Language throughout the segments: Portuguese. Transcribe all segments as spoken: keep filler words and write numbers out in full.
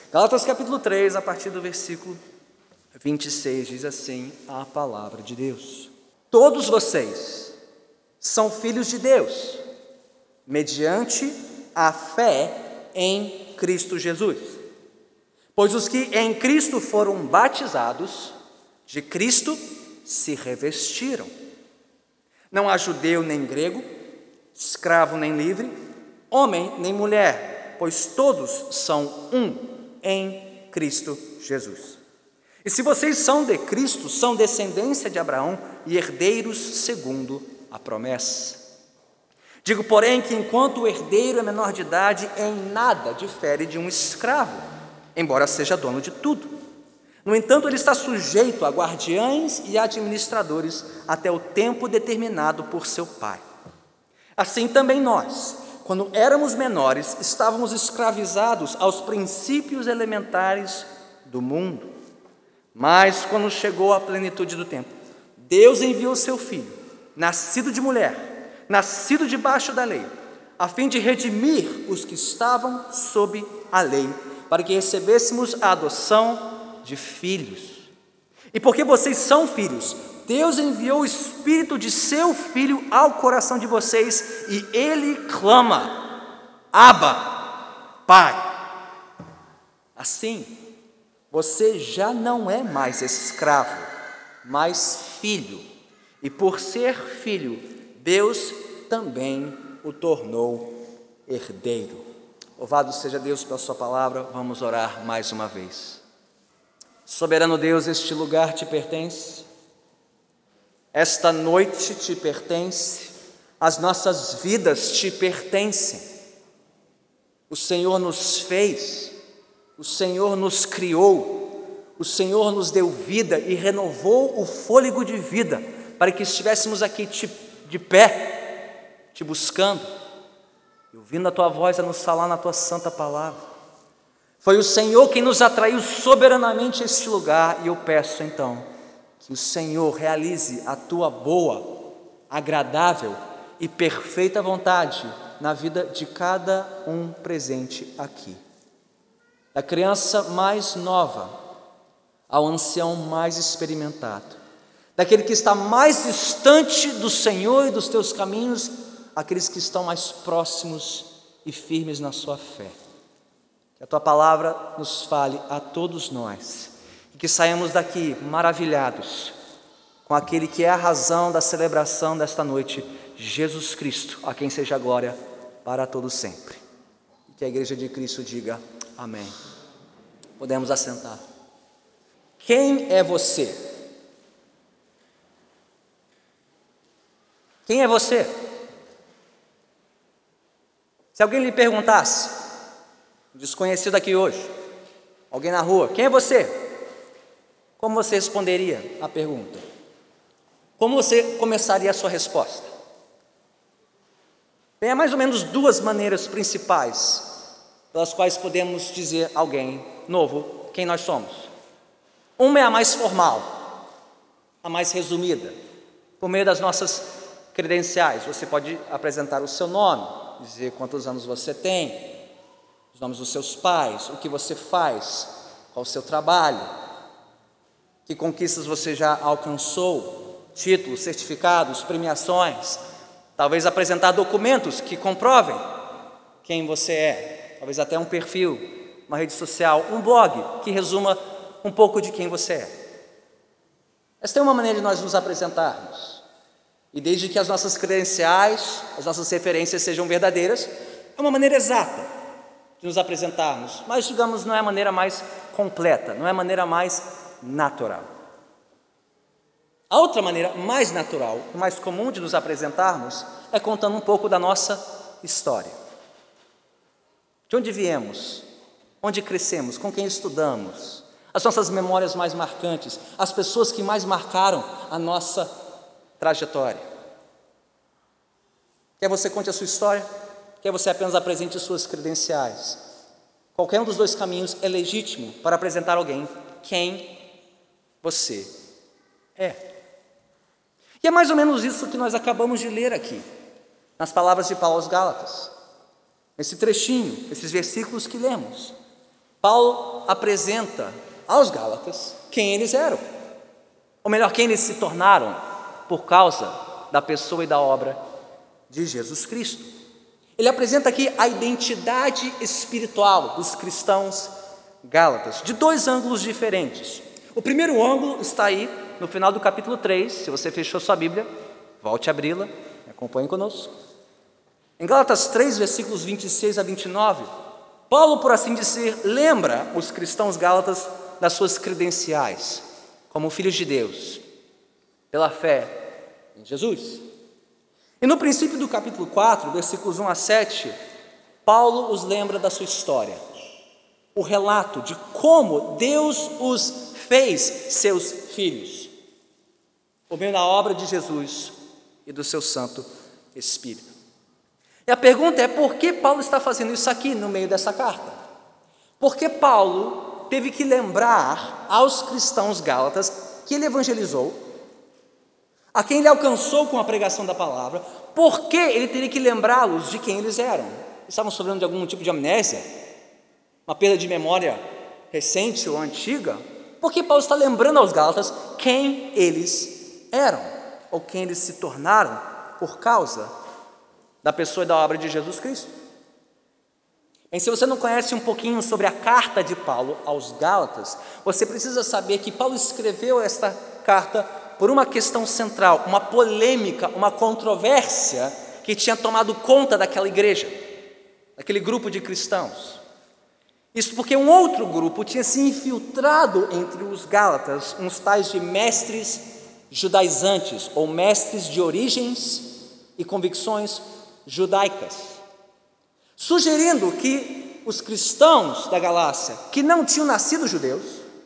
Gálatas capítulo três, a partir do versículo vinte e seis, diz assim a palavra de Deus: todos vocês são filhos de Deus, mediante a fé em Cristo Jesus. Pois os que em Cristo foram batizados, de Cristo se revestiram. Não há judeu nem grego, escravo nem livre, homem nem mulher, pois todos são um em Cristo Jesus. E se vocês são de Cristo, são descendência de Abraão e herdeiros segundo a promessa. Digo, porém, que enquanto o herdeiro é menor de idade, em nada difere de um escravo, embora seja dono de tudo. No entanto, ele está sujeito a guardiães e administradores até o tempo determinado por seu pai. Assim também nós, quando éramos menores, estávamos escravizados aos princípios elementares do mundo. Mas quando chegou a plenitude do tempo, Deus enviou seu Filho, nascido de mulher, nascido debaixo da lei, a fim de redimir os que estavam sob a lei, para que recebêssemos a adoção de filhos. E porque vocês são filhos, Deus enviou o Espírito de seu Filho ao coração de vocês, e Ele clama: Abba, Pai. Assim, você já não é mais escravo, mas filho. E por ser filho, Deus também o tornou herdeiro. Louvado seja Deus pela sua palavra. Vamos orar mais uma vez. Soberano Deus, este lugar te pertence, esta noite te pertence, as nossas vidas te pertencem. O Senhor nos fez, o Senhor nos criou, o Senhor nos deu vida e renovou o fôlego de vida para que estivéssemos aqui te, de pé, te buscando e ouvindo a tua voz a nos falar na tua santa palavra. Foi o Senhor quem nos atraiu soberanamente a este lugar, e eu peço então que o Senhor realize a tua boa, agradável e perfeita vontade na vida de cada um presente aqui. Da criança mais nova ao ancião mais experimentado, daquele que está mais distante do Senhor e dos teus caminhos, aqueles que estão mais próximos e firmes na sua fé. Que a tua palavra nos fale a todos nós, e que saímos daqui maravilhados com aquele que é a razão da celebração desta noite, Jesus Cristo, a quem seja a glória para todos sempre. E que a igreja de Cristo diga amém. Podemos assentar. Quem é você? Quem é você? Se alguém lhe perguntasse, desconhecido aqui hoje, alguém na rua, quem é você? Como você responderia à pergunta? Como você começaria a sua resposta? Bem, há mais ou menos duas maneiras principais pelas quais podemos dizer a alguém novo quem nós somos. Uma é a mais formal, a mais resumida. Por meio das nossas credenciais, você pode apresentar o seu nome, dizer quantos anos você tem, os nomes dos seus pais, o que você faz, qual o seu trabalho, que conquistas você já alcançou, títulos, certificados, premiações, talvez apresentar documentos que comprovem quem você é, talvez até um perfil, uma rede social, um blog que resuma um pouco de quem você é. Esta é uma maneira de nós nos apresentarmos, e desde que as nossas credenciais, as nossas referências sejam verdadeiras, é uma maneira exata de nos apresentarmos, mas digamos, não é a maneira mais completa, não é a maneira mais natural. A outra maneira mais natural e mais comum de nos apresentarmos é contando um pouco da nossa história. De onde viemos, onde crescemos, com quem estudamos, as nossas memórias mais marcantes, as pessoas que mais marcaram a nossa trajetória. Quer você conte a sua história? Quer você apenas apresente suas credenciais? Qualquer um dos dois caminhos é legítimo para apresentar alguém quem você é. E é mais ou menos isso que nós acabamos de ler aqui, nas palavras de Paulo aos Gálatas, esse trechinho, esses versículos que lemos. Paulo apresenta aos Gálatas quem eles eram, ou melhor, quem eles se tornaram por causa da pessoa e da obra de Jesus Cristo. Ele apresenta aqui a identidade espiritual dos cristãos gálatas, de dois ângulos diferentes. O primeiro ângulo está aí no final do capítulo três, se você fechou sua Bíblia, volte a abri-la, acompanhe conosco. Em Gálatas três, versículos vinte e seis a vinte e nove, Paulo, por assim dizer, lembra os cristãos gálatas das suas credenciais, como filhos de Deus, pela fé em Jesus. E no princípio do capítulo quatro, versículos um a sete, Paulo os lembra da sua história, o relato de como Deus os fez seus filhos, por meio da obra de Jesus e do seu Santo Espírito. E a pergunta é: por que Paulo está fazendo isso aqui no meio dessa carta? Porque Paulo teve que lembrar aos cristãos gálatas que ele evangelizou, a quem ele alcançou com a pregação da palavra, porque ele teria que lembrá-los de quem eles eram. Eles estavam sofrendo de algum tipo de amnésia, uma perda de memória recente ou antiga, porque Paulo está lembrando aos gálatas quem eles eram, ou quem eles se tornaram por causa da pessoa e da obra de Jesus Cristo. Bem, se você não conhece um pouquinho sobre a carta de Paulo aos Gálatas, você precisa saber que Paulo escreveu esta carta por uma questão central, uma polêmica, uma controvérsia que tinha tomado conta daquela igreja, daquele grupo de cristãos. Isso porque um outro grupo tinha se infiltrado entre os Gálatas, uns tais de mestres judaizantes, ou mestres de origens e convicções judaicas, sugerindo que os cristãos da Galácia, que não tinham nascido judeus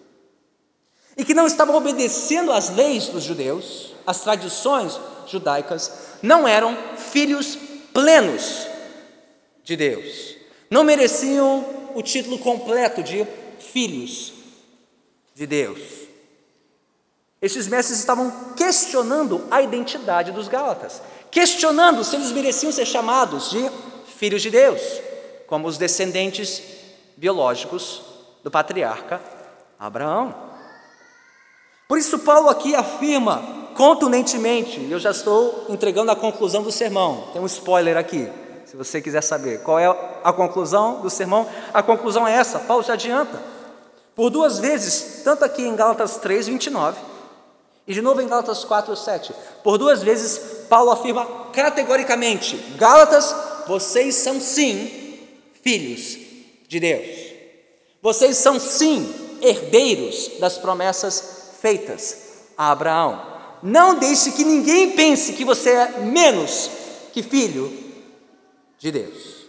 e que não estavam obedecendo às leis dos judeus, às tradições judaicas, não eram filhos plenos de Deus, não mereciam o título completo de filhos de Deus. Esses mestres estavam questionando a identidade dos Gálatas, questionando se eles mereciam ser chamados de filhos de Deus, como os descendentes biológicos do patriarca Abraão. Por isso Paulo aqui afirma contundentemente, e eu já estou entregando a conclusão do sermão, tem um spoiler aqui, se você quiser saber qual é a conclusão do sermão. A conclusão é essa, Paulo já adianta, por duas vezes, tanto aqui em Gálatas três, vinte e nove, e de novo em Gálatas quatro, sete, por duas vezes Paulo afirma categoricamente: Gálatas, vocês são sim filhos de Deus, vocês são sim herdeiros das promessas feitas a Abraão. Não deixe que ninguém pense que você é menos que filho de Deus.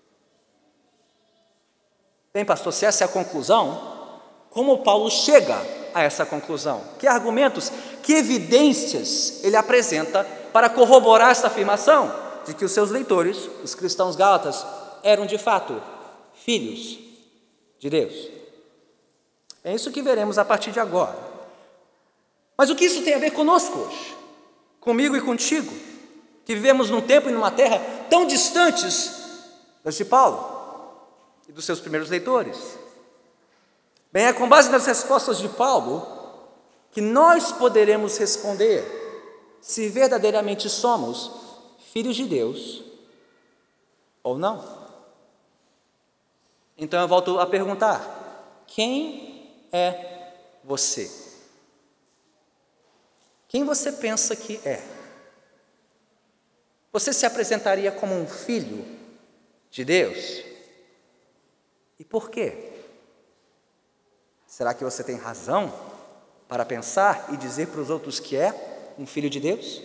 Bem, pastor, se essa é a conclusão, como Paulo chega a essa conclusão? Que argumentos, que evidências ele apresenta para corroborar essa afirmação de que os seus leitores, os cristãos gálatas, eram de fato filhos de Deus? É isso que veremos a partir de agora. Mas o que isso tem a ver conosco hoje? Comigo e contigo, que vivemos num tempo e numa terra tão distantes das de Paulo e dos seus primeiros leitores. Bem, é com base nas respostas de Paulo que nós poderemos responder se verdadeiramente somos filhos de Deus ou não. Então eu volto a perguntar: quem é você? Quem você pensa que é? Você se apresentaria como um filho de Deus? E por quê? Será que você tem razão para pensar e dizer para os outros que é um filho de Deus?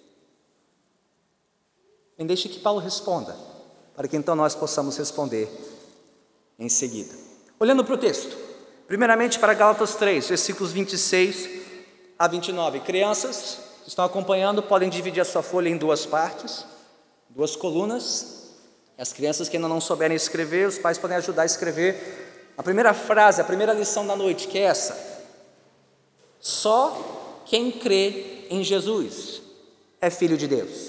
Bem, deixe que Paulo responda, para que então nós possamos responder em seguida. Olhando para o texto, primeiramente para Gálatas três, versículos vinte e seis a vinte e nove. Crianças que estão acompanhando podem dividir a sua folha em duas partes, duas colunas. As crianças que ainda não souberem escrever, os pais podem ajudar a escrever a primeira frase, a primeira lição da noite, que é essa: só quem crê em Jesus é filho de Deus.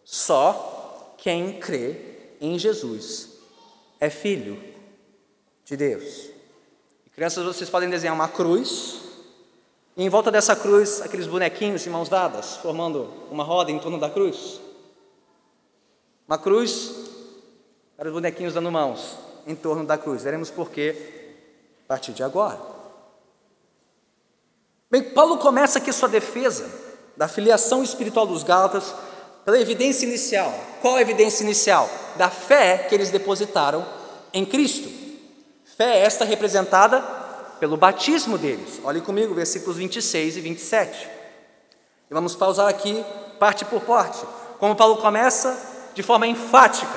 Só quem crê em Jesus é filho de de Deus. E, crianças, vocês podem desenhar uma cruz, e em volta dessa cruz, aqueles bonequinhos de mãos dadas, formando uma roda em torno da cruz. Uma cruz, para os bonequinhos dando mãos em torno da cruz. Veremos por quê a partir de agora. Bem, Paulo começa aqui sua defesa da filiação espiritual dos Gálatas pela evidência inicial. Qual a evidência inicial? Da fé que eles depositaram em Cristo. Fé esta representada pelo batismo deles. Olhe comigo, versículos vinte e seis e vinte e sete. E vamos pausar aqui, parte por parte. Como Paulo começa de forma enfática.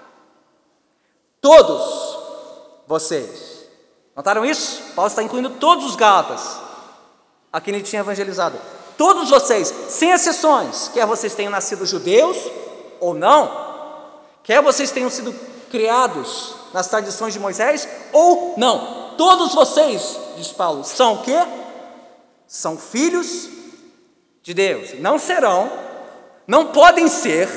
Todos vocês. Notaram isso? Paulo está incluindo todos os Gálatas a quem ele tinha evangelizado. Todos vocês, sem exceções, quer vocês tenham nascido judeus ou não, quer vocês tenham sido criados nas tradições de Moisés ou não, todos vocês, diz Paulo, são o quê? São filhos de Deus. Não serão, não podem ser,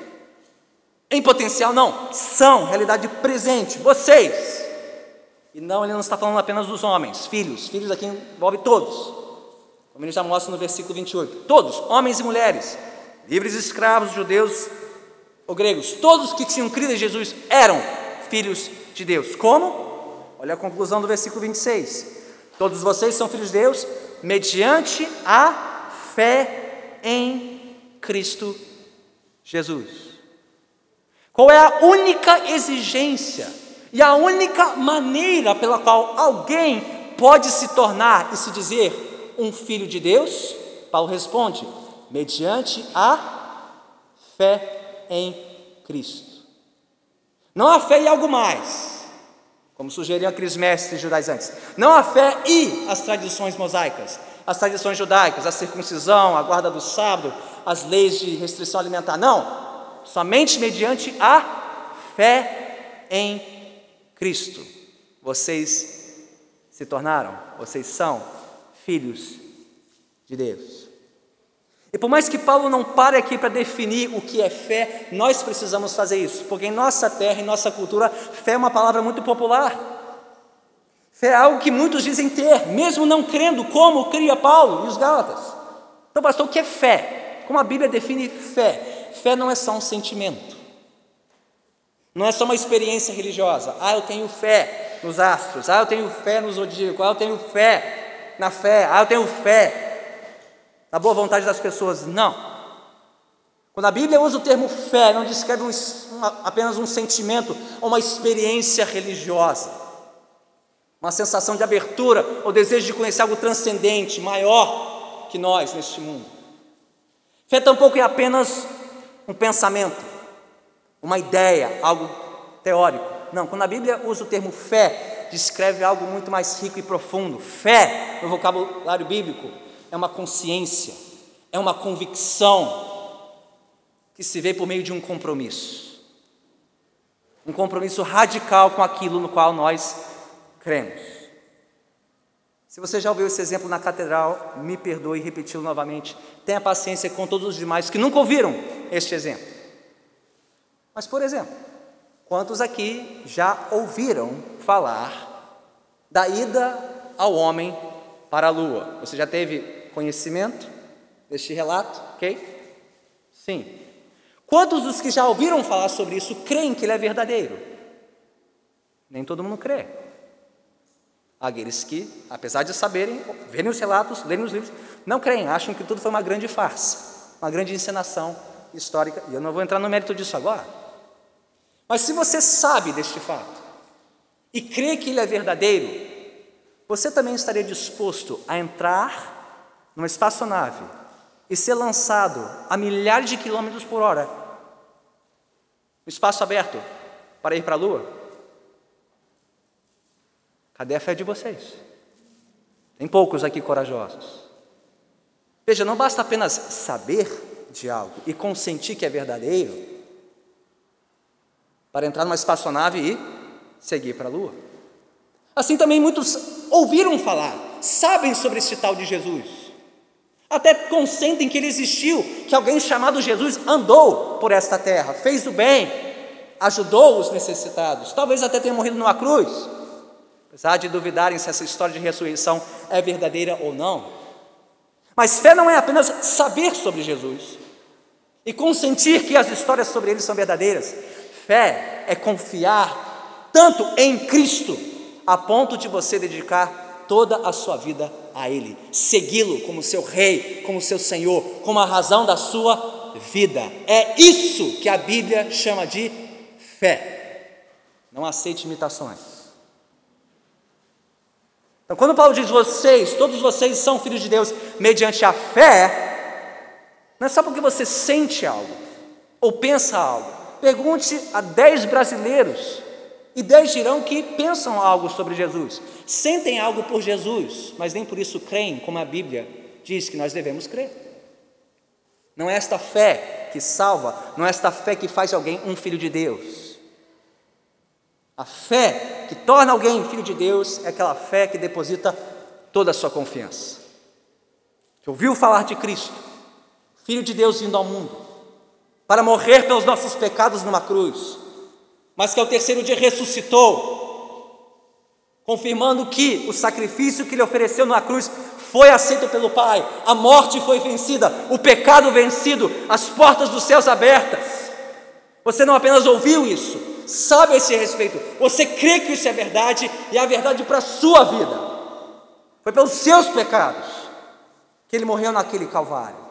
em potencial não, são, realidade presente, vocês. E não, ele não está falando apenas dos homens, filhos, filhos aqui envolve todos. Como ele já mostra no versículo vinte e oito. Todos, homens e mulheres, livres e escravos, judeus ou gregos, todos que tinham crido em Jesus eram filhos de Deus. Como? Olha a conclusão do versículo vinte e seis. Todos vocês são filhos de Deus mediante a fé em Cristo Jesus. Qual é a única exigência e a única maneira pela qual alguém pode se tornar e se dizer um filho de Deus? Paulo responde, mediante a fé em Cristo. Não a fé em algo mais, como sugeriam aqueles mestres judaizantes. Não a fé e as tradições mosaicas, as tradições judaicas, a circuncisão, a guarda do sábado, as leis de restrição alimentar. Não, somente mediante a fé em Cristo. Vocês se tornaram, vocês são filhos de Deus. E por mais que Paulo não pare aqui para definir o que é fé, nós precisamos fazer isso, porque em nossa terra, em nossa cultura, fé é uma palavra muito popular. Fé é algo que muitos dizem ter, mesmo não crendo, como cria Paulo e os Gálatas. Então, pastor, o que é fé? Como a Bíblia define fé? Fé não é só um sentimento, não é só uma experiência religiosa. Ah, eu tenho fé nos astros, ah, eu tenho fé no zodíaco, ah, eu tenho fé na fé, ah, eu tenho fé na boa vontade das pessoas. Não. Quando a Bíblia usa o termo fé, não descreve um, um, apenas um sentimento ou uma experiência religiosa, uma sensação de abertura ou desejo de conhecer algo transcendente, maior que nós neste mundo. Fé tampouco é apenas um pensamento, uma ideia, algo teórico. Não, quando a Bíblia usa o termo fé, descreve algo muito mais rico e profundo. Fé, no vocabulário bíblico, é uma consciência, é uma convicção que se vê por meio de um compromisso. Um compromisso radical com aquilo no qual nós cremos. Se você já ouviu esse exemplo na catedral, me perdoe repeti-lo novamente. Tenha paciência com todos os demais que nunca ouviram este exemplo. Mas, por exemplo, quantos aqui já ouviram falar da ida ao homem para a lua? Você já teve conhecimento deste relato? Ok? Sim. Quantos dos que já ouviram falar sobre isso creem que ele é verdadeiro? Nem todo mundo crê. Há aqueles que, apesar de saberem, verem os relatos, lerem os livros, não creem, acham que tudo foi uma grande farsa, uma grande encenação histórica. E eu não vou entrar no mérito disso agora. Mas se você sabe deste fato e crê que ele é verdadeiro, você também estaria disposto a entrar numa espaçonave e ser lançado a milhares de quilômetros por hora, no espaço aberto, para ir para a Lua? Cadê a fé de vocês? Tem poucos aqui corajosos. Veja, não basta apenas saber de algo e consentir que é verdadeiro para entrar numa espaçonave e seguir para a Lua. Assim também muitos ouviram falar, sabem sobre esse tal de Jesus, até consentem que ele existiu, que alguém chamado Jesus andou por esta terra, fez o bem, ajudou os necessitados, talvez até tenha morrido numa cruz, apesar de duvidarem se essa história de ressurreição é verdadeira ou não. Mas fé não é apenas saber sobre Jesus e consentir que as histórias sobre ele são verdadeiras. Fé é confiar tanto em Cristo, a ponto de você dedicar toda a sua vida a Ele, segui-lo como seu Rei, como seu Senhor, como a razão da sua vida. É isso que a Bíblia chama de fé. Não aceite imitações. Então, quando Paulo diz vocês, todos vocês são filhos de Deus mediante a fé, não é só porque você sente algo ou pensa algo. Pergunte a dez brasileiros e dez dirão que pensam algo sobre Jesus, sentem algo por Jesus, mas nem por isso creem, como a Bíblia diz que nós devemos crer. Não é esta fé que salva, não é esta fé que faz alguém um filho de Deus. A fé que torna alguém filho de Deus é aquela fé que deposita toda a sua confiança. Que ouviu falar de Cristo, Filho de Deus vindo ao mundo, para morrer pelos nossos pecados numa cruz, mas que ao terceiro dia ressuscitou, confirmando que o sacrifício que ele ofereceu na cruz foi aceito pelo Pai, a morte foi vencida, o pecado vencido, as portas dos céus abertas. Você não apenas ouviu isso, sabe a esse respeito, você crê que isso é verdade e é a verdade para a sua vida. Foi pelos seus pecados que ele morreu naquele Calvário.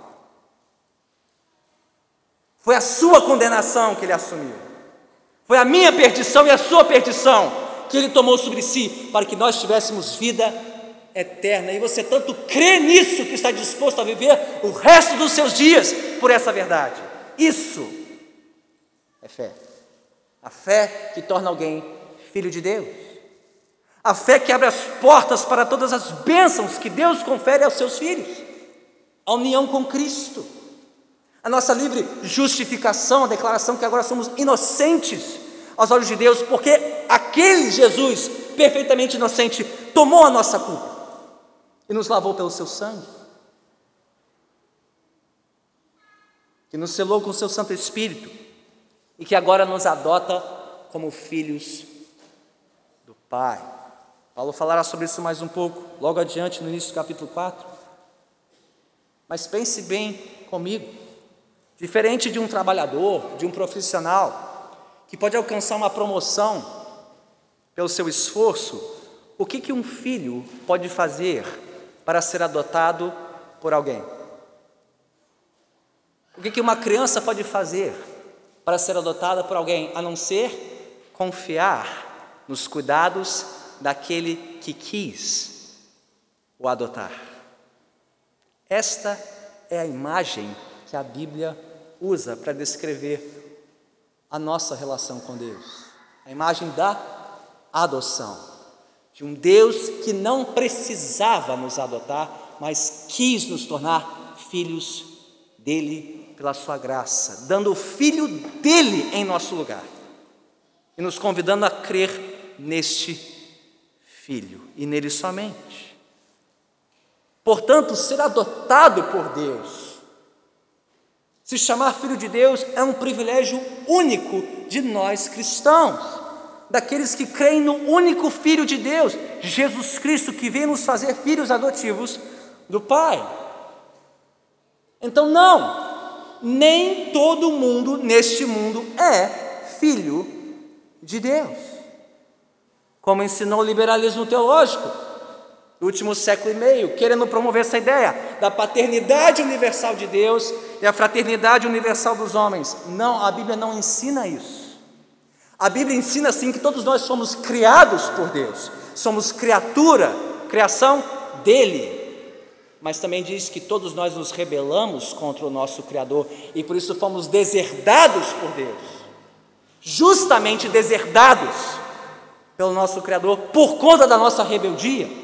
Foi a sua condenação que ele assumiu. Foi a minha perdição e a sua perdição que ele tomou sobre si, para que nós tivéssemos vida eterna. E você tanto crê nisso que está disposto a viver o resto dos seus dias por essa verdade. Isso é fé. A fé que torna alguém filho de Deus. A fé que abre as portas para todas as bênçãos que Deus confere aos seus filhos. A união com Cristo. A nossa livre justificação, a declaração que agora somos inocentes aos olhos de Deus, porque aquele Jesus, perfeitamente inocente, tomou a nossa culpa e nos lavou pelo seu sangue, que nos selou com o seu Santo Espírito e que agora nos adota como filhos do Pai. Paulo falará sobre isso mais um pouco, logo adiante no início do capítulo quatro. Mas pense bem comigo. Diferente de um trabalhador, de um profissional, que pode alcançar uma promoção pelo seu esforço, o que que um filho pode fazer para ser adotado por alguém? O que que uma criança pode fazer para ser adotada por alguém, a não ser confiar nos cuidados daquele que quis o adotar? Esta é a imagem que a Bíblia usa para descrever a nossa relação com Deus. A imagem da adoção, de um Deus que não precisava nos adotar, mas quis nos tornar filhos dele pela sua graça, dando o Filho dele em nosso lugar e nos convidando a crer neste Filho e nele somente. Portanto, ser adotado por Deus, se chamar filho de Deus, é um privilégio único de nós cristãos, daqueles que creem no único Filho de Deus, Jesus Cristo, que veio nos fazer filhos adotivos do Pai. Então não, nem todo mundo neste mundo é filho de Deus, como ensinou o liberalismo teológico do último século e meio, querendo promover essa ideia da paternidade universal de Deus e a fraternidade universal dos homens. Não, a Bíblia não ensina isso. A Bíblia ensina sim que todos nós somos criados por Deus, somos criatura, criação dele, mas também diz que todos nós nos rebelamos contra o nosso Criador e por isso fomos deserdados por Deus, justamente deserdados pelo nosso Criador por conta da nossa rebeldia.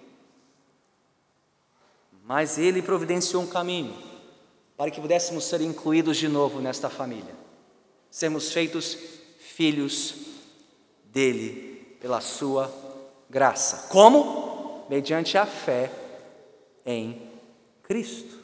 Mas Ele providenciou um caminho para que pudéssemos ser incluídos de novo nesta família, sermos feitos filhos dele pela sua graça. Como? Mediante a fé em Cristo.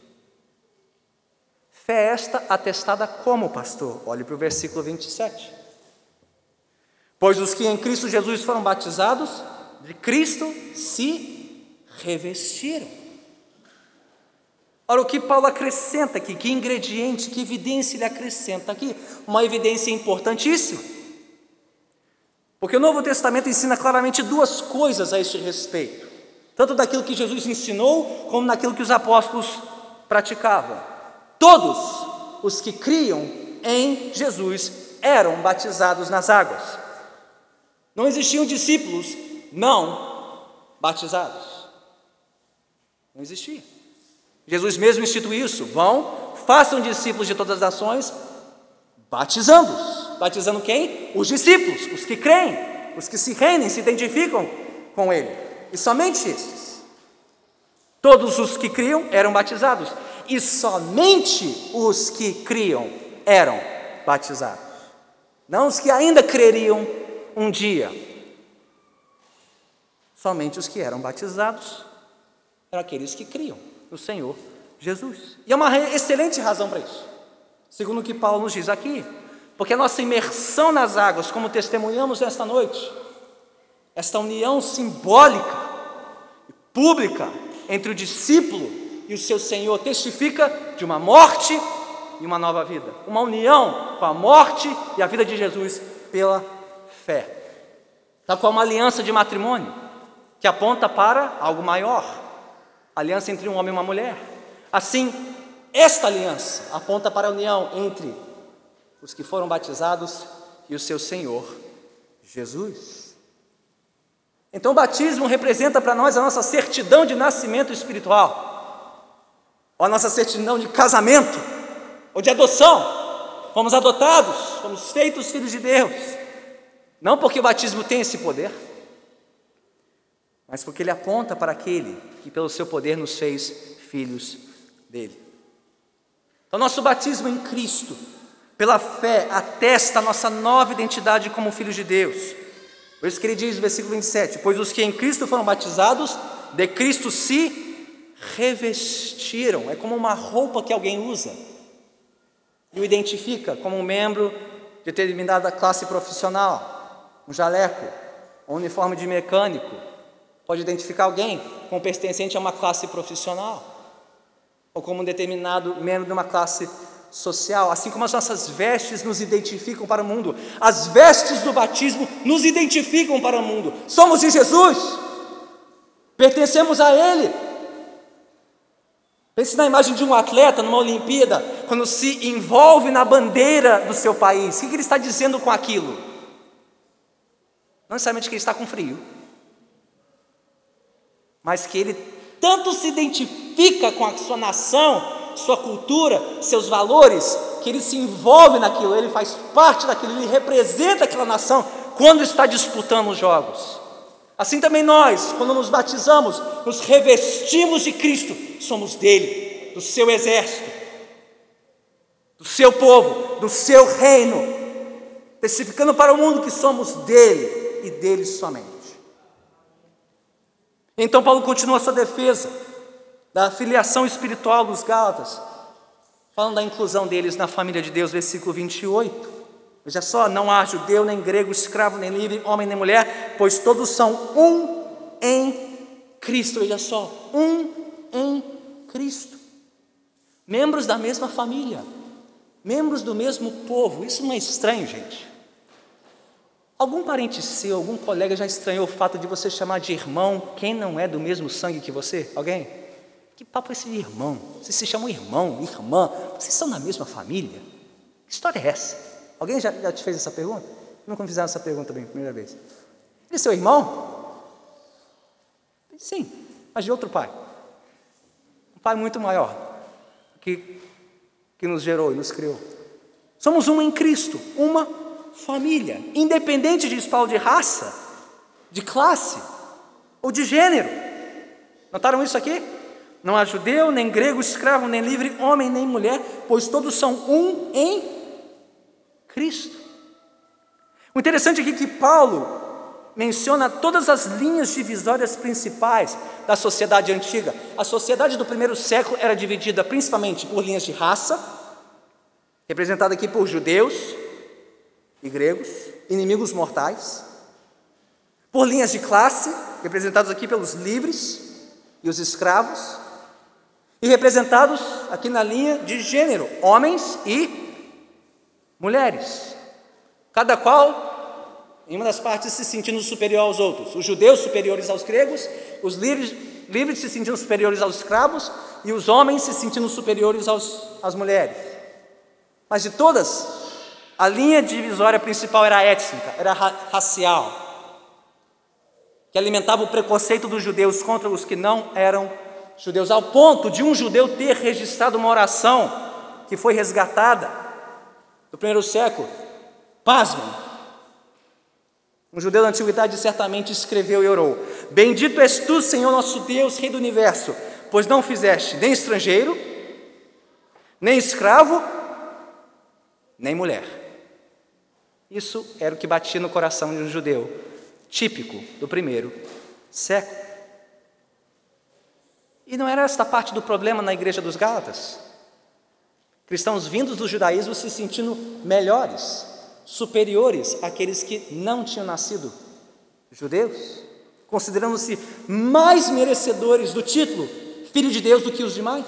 Fé esta atestada como, pastor? Olhe para o versículo vinte e sete. Pois os que em Cristo Jesus foram batizados, de Cristo se revestiram. Ora, o que Paulo acrescenta aqui, que ingrediente, que evidência ele acrescenta aqui? Uma evidência importantíssima. Porque o Novo Testamento ensina claramente duas coisas a este respeito, tanto daquilo que Jesus ensinou, como daquilo que os apóstolos praticavam. Todos os que criam em Jesus eram batizados nas águas. Não existiam discípulos não batizados. Não existia. Jesus mesmo instituiu isso. Vão, façam discípulos de todas as nações, batizando-os. Batizando quem? Os discípulos, os que creem, os que se rendem, se identificam com Ele. E somente estes. Todos os que criam eram batizados. E somente os que criam eram batizados. Não os que ainda creriam um dia. Somente os que eram batizados eram aqueles que criam no Senhor Jesus. E é uma excelente razão para isso, segundo o que Paulo nos diz aqui, porque a nossa imersão nas águas, como testemunhamos nesta noite, esta união simbólica e pública entre o discípulo e o seu Senhor, testifica de uma morte e uma nova vida, uma união com a morte e a vida de Jesus pela fé, tal qual uma aliança de matrimônio, que aponta para algo maior, aliança entre um homem e uma mulher. Assim, esta aliança aponta para a união entre os que foram batizados e o seu Senhor Jesus. Então o batismo representa para nós a nossa certidão de nascimento espiritual, ou a nossa certidão de casamento, ou de adoção. Fomos adotados, fomos feitos filhos de Deus, não porque o batismo tem esse poder, mas porque ele aponta para aquele que pelo seu poder nos fez filhos dele. Então nosso batismo em Cristo, pela fé, atesta a nossa nova identidade como filhos de Deus. Por isso que ele diz no versículo vinte e sete, pois os que em Cristo foram batizados, de Cristo se revestiram. É como uma roupa que alguém usa e o identifica como um membro de determinada classe profissional, um jaleco, um uniforme de mecânico. Pode identificar alguém como pertencente a uma classe profissional, ou como um determinado membro de uma classe social, assim como as nossas vestes nos identificam para o mundo. As vestes do batismo nos identificam para o mundo. Somos de Jesus, pertencemos a Ele. Pense na imagem de um atleta numa Olimpíada, quando se envolve na bandeira do seu país. O que ele está dizendo com aquilo? Não necessariamente que ele está com frio, mas que ele tanto se identifica com a sua nação, sua cultura, seus valores, que ele se envolve naquilo, ele faz parte daquilo, ele representa aquela nação quando está disputando os jogos. Assim também nós, quando nos batizamos, nos revestimos de Cristo, somos dele, do seu exército, do seu povo, do seu reino, testificando para o mundo que somos dele e dele somente. Então Paulo continua a sua defesa da filiação espiritual dos Gálatas, falando da inclusão deles na família de Deus, versículo vinte e oito. Veja só, não há judeu, nem grego, escravo, nem livre, homem, nem mulher, pois todos são um em Cristo. Veja só, um em Cristo. Membros da mesma família, membros do mesmo povo. Isso não é estranho, gente? Algum parente seu, algum colega já estranhou o fato de você chamar de irmão quem não é do mesmo sangue que você? Alguém? Que papo é esse de irmão? Vocês se chamam irmão, irmã, vocês são da mesma família? Que história é essa? Alguém já, já te fez essa pergunta? Nunca me fizeram essa pergunta bem, primeira vez. Ele é seu irmão? Sim, mas de outro pai. Um pai muito maior, que, que nos gerou e nos criou. Somos um em Cristo, uma família, independente de Paulo de raça, de classe ou de gênero. Notaram isso aqui? Não há judeu, nem grego, escravo, nem livre, homem, nem mulher, pois todos são um em Cristo. O interessante aqui é que Paulo menciona todas as linhas divisórias principais da sociedade antiga. A sociedade do primeiro século era dividida principalmente por linhas de raça, representada aqui por judeus e gregos, inimigos mortais, por linhas de classe, representados aqui pelos livres e os escravos, e representados aqui na linha de gênero, homens e mulheres, cada qual em uma das partes se sentindo superior aos outros, os judeus superiores aos gregos, os livres, livres se sentindo superiores aos escravos, e os homens se sentindo superiores aos, às mulheres. Mas de todas, a linha divisória principal era étnica, era ra- racial, que alimentava o preconceito dos judeus contra os que não eram judeus, ao ponto de um judeu ter registrado uma oração que foi resgatada do primeiro século. Pasmem, um judeu da antiguidade certamente escreveu e orou: bendito és tu, Senhor nosso Deus, Rei do universo, pois não fizeste nem estrangeiro, nem escravo, nem mulher. Isso era o que batia no coração de um judeu, típico do primeiro século. E não era esta parte do problema na igreja dos Gálatas? Cristãos vindos do judaísmo se sentindo melhores, superiores àqueles que não tinham nascido judeus, considerando-se mais merecedores do título Filho de Deus do que os demais.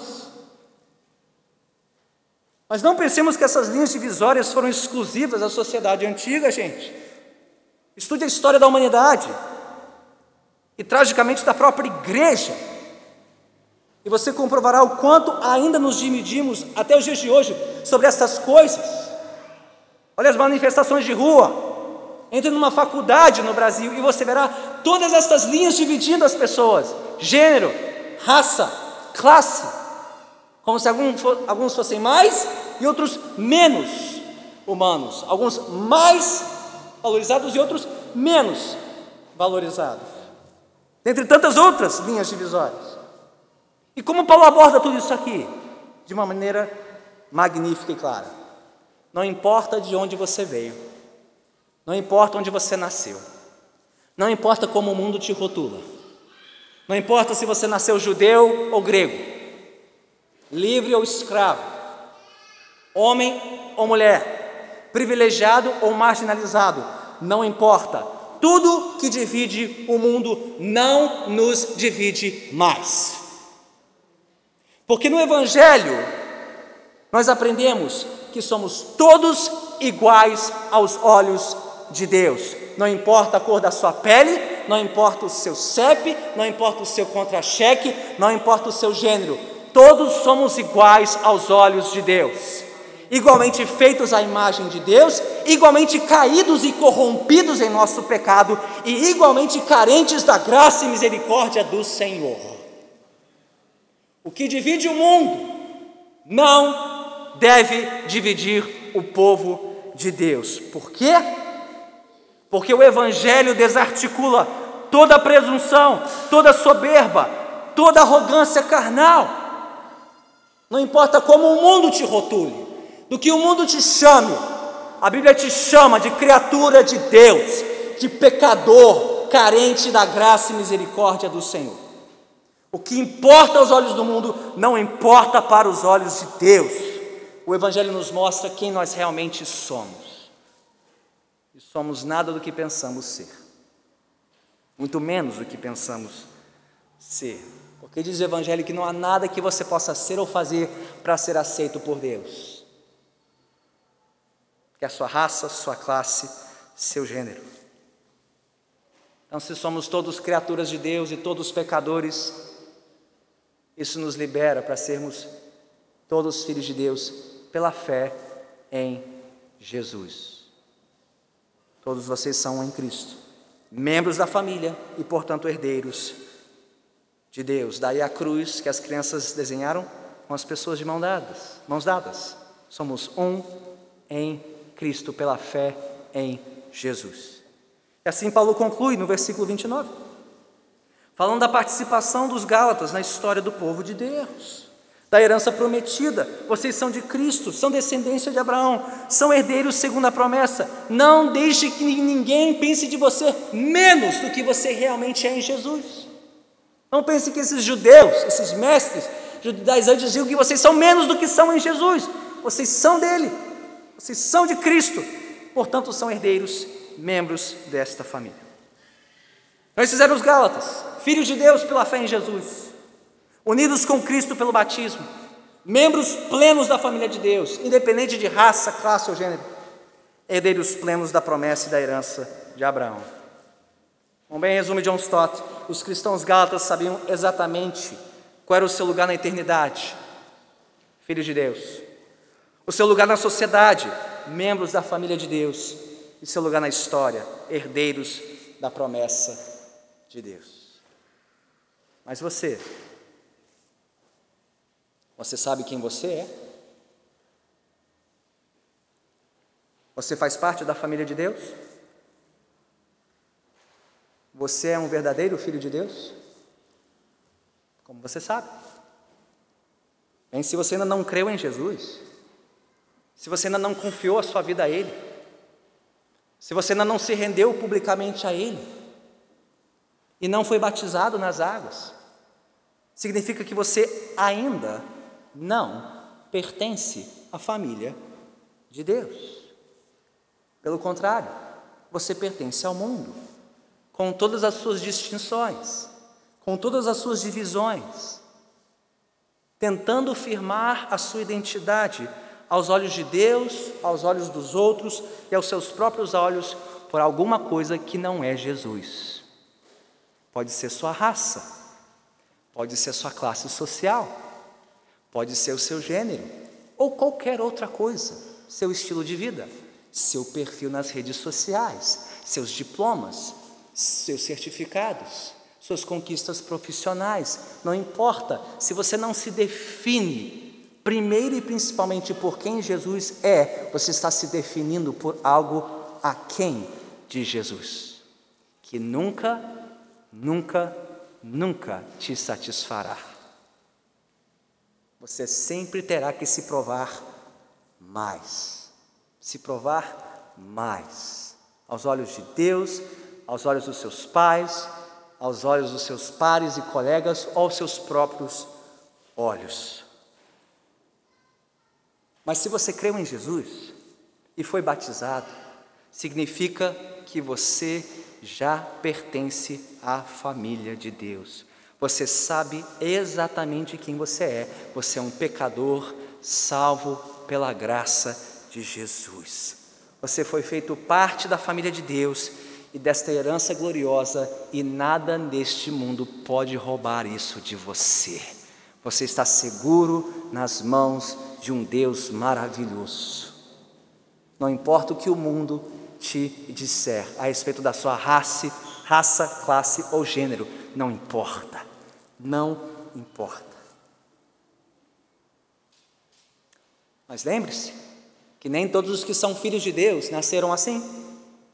Mas não pensemos que essas linhas divisórias foram exclusivas da sociedade antiga, gente. Estude a história da humanidade e, tragicamente, da própria igreja, e você comprovará o quanto ainda nos dividimos até os dias de hoje sobre essas coisas. Olha as manifestações de rua, entre numa faculdade no Brasil e você verá todas essas linhas dividindo as pessoas: gênero, raça, classe, como se alguns, alguns fossem mais e outros menos humanos, alguns mais valorizados e outros menos valorizados, dentre tantas outras linhas divisórias. E como Paulo aborda tudo isso aqui? De uma maneira magnífica e clara. Não importa de onde você veio, não importa onde você nasceu, não importa como o mundo te rotula, não importa se você nasceu judeu ou grego, livre ou escravo, homem ou mulher, privilegiado ou marginalizado, não importa. Tudo que divide o mundo não nos divide mais. Porque no Evangelho nós aprendemos que somos todos iguais aos olhos de Deus. Não importa a cor da sua pele, não importa o seu C E P, não importa o seu contra-cheque, não importa o seu gênero. Todos somos iguais aos olhos de Deus. Igualmente feitos à imagem de Deus, igualmente caídos e corrompidos em nosso pecado e igualmente carentes da graça e misericórdia do Senhor. O que divide o mundo não deve dividir o povo de Deus. Por quê? Porque o Evangelho desarticula toda presunção, toda soberba, toda arrogância carnal. Não importa como o mundo te rotule, do que o mundo te chame, a Bíblia te chama de criatura de Deus, de pecador, carente da graça e misericórdia do Senhor. O que importa aos olhos do mundo não importa para os olhos de Deus. O Evangelho nos mostra quem nós realmente somos. E somos nada do que pensamos ser. Muito menos do que pensamos ser. Porque diz o Evangelho que não há nada que você possa ser ou fazer para ser aceito por Deus. Que a sua raça, sua classe, seu gênero. Então, se somos todos criaturas de Deus e todos pecadores, isso nos libera para sermos todos filhos de Deus pela fé em Jesus. Todos vocês são em Cristo, membros da família e, portanto, herdeiros de Deus. Daí a cruz que as crianças desenharam com as pessoas de mão dadas, mãos dadas. Somos um em Cristo pela fé em Jesus. E assim Paulo conclui no versículo vinte e nove. Falando da participação dos Gálatas na história do povo de Deus, da herança prometida. Vocês são de Cristo, são descendência de Abraão, são herdeiros segundo a promessa. Não deixe que ninguém pense de você menos do que você realmente é em Jesus. Não pense que esses judeus, esses mestres judaizantes dizem que vocês são menos do que são em Jesus. Vocês são dele, vocês são de Cristo, portanto são herdeiros, membros desta família. Então esses eram os Gálatas, filhos de Deus pela fé em Jesus, unidos com Cristo pelo batismo, membros plenos da família de Deus, independente de raça, classe ou gênero, herdeiros plenos da promessa e da herança de Abraão. Como bem resume John Stott, os cristãos gálatas sabiam exatamente qual era o seu lugar na eternidade, filhos de Deus, o seu lugar na sociedade, membros da família de Deus, e seu lugar na história, herdeiros da promessa de Deus. Mas você, você sabe quem você é? Você faz parte da família de Deus? Você é um verdadeiro filho de Deus? Como você sabe? Bem, se você ainda não creu em Jesus, se você ainda não confiou a sua vida a Ele, se você ainda não se rendeu publicamente a Ele e não foi batizado nas águas, significa que você ainda não pertence à família de Deus. Pelo contrário, você pertence ao mundo, com todas as suas distinções, com todas as suas divisões, tentando firmar a sua identidade aos olhos de Deus, aos olhos dos outros e aos seus próprios olhos por alguma coisa que não é Jesus. Pode ser sua raça, pode ser sua classe social, pode ser o seu gênero ou qualquer outra coisa, seu estilo de vida, seu perfil nas redes sociais, seus diplomas, seus certificados, suas conquistas profissionais. Não importa, se você não se define primeiro e principalmente por quem Jesus é, você está se definindo por algo aquém de Jesus, que nunca, nunca, nunca te satisfará. Você sempre terá que se provar mais, se provar mais, aos olhos de Deus, aos olhos dos seus pais, aos olhos dos seus pares e colegas, ou aos seus próprios olhos. Mas se você creu em Jesus e foi batizado, significa que você já pertence à família de Deus. Você sabe exatamente quem você é. Você é um pecador salvo pela graça de Jesus. Você foi feito parte da família de Deus e desta herança gloriosa, e nada neste mundo pode roubar isso de você. Você está seguro nas mãos de um Deus maravilhoso. Não importa o que o mundo te disser a respeito da sua raça, raça, classe ou gênero, não importa, não importa. Mas lembre-se que nem todos os que são filhos de Deus nasceram assim.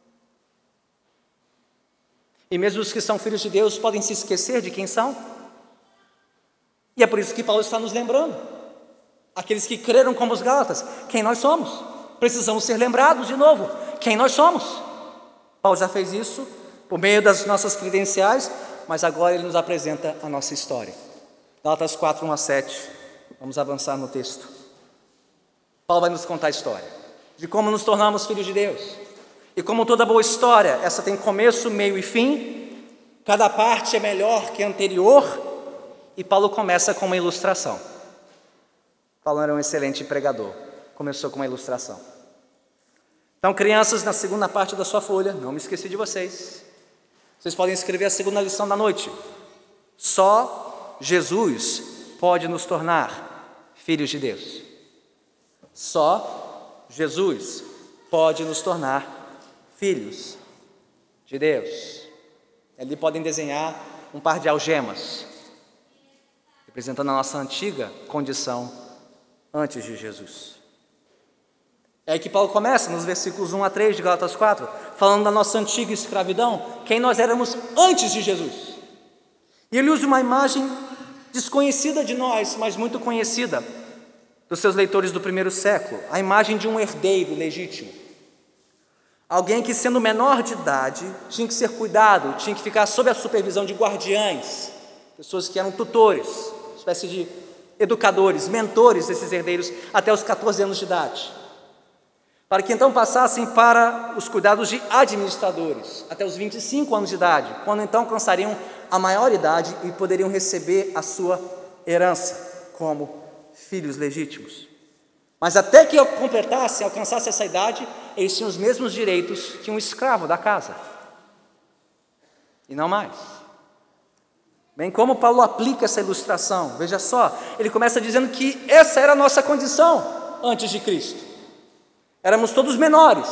E mesmo os que são filhos de Deus podem se esquecer de quem são. E é por isso que Paulo está nos lembrando, aqueles que creram como os Gálatas, quem nós somos. Precisamos ser lembrados de novo, quem nós somos. Paulo já fez isso por meio das nossas credenciais, mas agora ele nos apresenta a nossa história. Gálatas quatro, um a sete, vamos avançar no texto. Paulo vai nos contar a história de como nos tornamos filhos de Deus. E como toda boa história, essa tem começo, meio e fim, cada parte é melhor que a anterior, e Paulo começa com uma ilustração. Paulo era um excelente pregador, começou com uma ilustração. Então, crianças, na segunda parte da sua folha, não me esqueci de vocês, vocês podem escrever a segunda lição da noite. Só Jesus pode nos tornar filhos de Deus. Só Jesus pode nos tornar filhos de Deus. Ali podem desenhar um par de algemas, representando a nossa antiga condição antes de Jesus. É aí que Paulo começa, nos versículos um a três de Gálatas quatro, falando da nossa antiga escravidão, quem nós éramos antes de Jesus. E ele usa uma imagem desconhecida de nós, mas muito conhecida dos seus leitores do primeiro século, a imagem de um herdeiro legítimo. Alguém que, sendo menor de idade, tinha que ser cuidado, tinha que ficar sob a supervisão de guardiães, pessoas que eram tutores, espécie de educadores, mentores desses herdeiros até os catorze anos de idade. para que então passassem para os cuidados de administradores, até os vinte e cinco anos de idade, quando então alcançariam a maioridade e poderiam receber a sua herança como filhos legítimos. Mas até que completassem, alcançassem essa idade, eles tinham os mesmos direitos que um escravo da casa, e não mais. Bem, como Paulo aplica essa ilustração? Veja só, ele começa dizendo que essa era a nossa condição antes de Cristo. Éramos todos menores,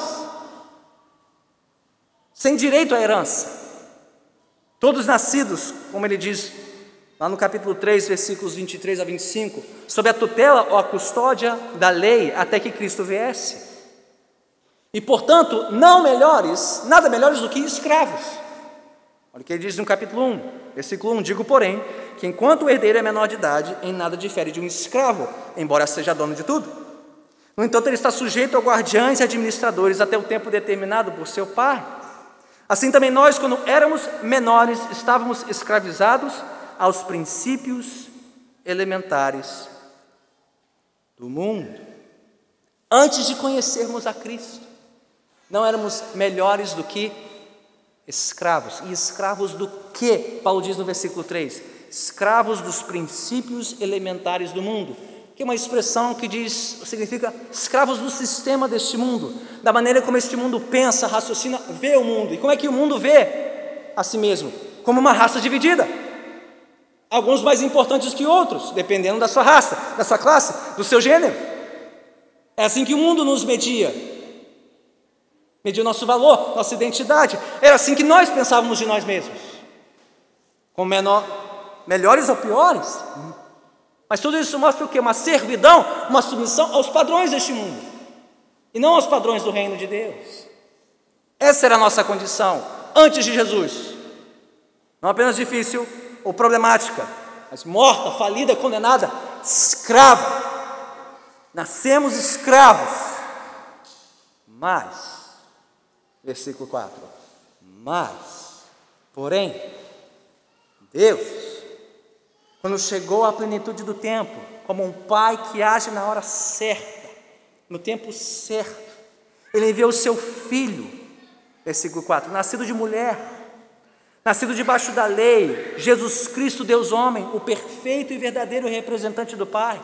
sem direito à herança, todos nascidos, como ele diz lá no capítulo três, versículos vinte e três a vinte e cinco, sob a tutela ou a custódia da lei, até que Cristo viesse. E, portanto, não melhores, nada melhores do que escravos. Olha o que ele diz no capítulo um, versículo um: digo, porém, que enquanto o herdeiro é menor de idade, em nada difere de um escravo, embora seja dono de tudo. No entanto, ele está sujeito a guardiães e administradores até o tempo determinado por seu pai. Assim também nós, quando éramos menores, estávamos escravizados aos princípios elementares do mundo. Antes de conhecermos a Cristo, não éramos melhores do que escravos. E escravos do quê? Paulo diz no versículo três: escravos dos princípios elementares do mundo, que é uma expressão que diz, significa escravos do sistema deste mundo, da maneira como este mundo pensa, raciocina, vê o mundo. E como é que o mundo vê a si mesmo? Como uma raça dividida, alguns mais importantes que outros, dependendo da sua raça, da sua classe, do seu gênero. É assim que o mundo nos media, media o nosso valor, nossa identidade. Era assim que nós pensávamos de nós mesmos, como menor, melhores ou piores. Mas tudo isso mostra o quê? Uma servidão, uma submissão aos padrões deste mundo, e não aos padrões do reino de Deus. Essa era a nossa condição antes de Jesus. Não apenas difícil ou problemática, mas morta, falida, condenada, escrava. Nascemos escravos. Mas, versículo quatro, mas, porém, Deus, quando chegou à plenitude do tempo, como um pai que age na hora certa, no tempo certo, ele enviou o seu filho, versículo quatro, nascido de mulher, nascido debaixo da lei, Jesus Cristo, Deus homem, o perfeito e verdadeiro representante do Pai,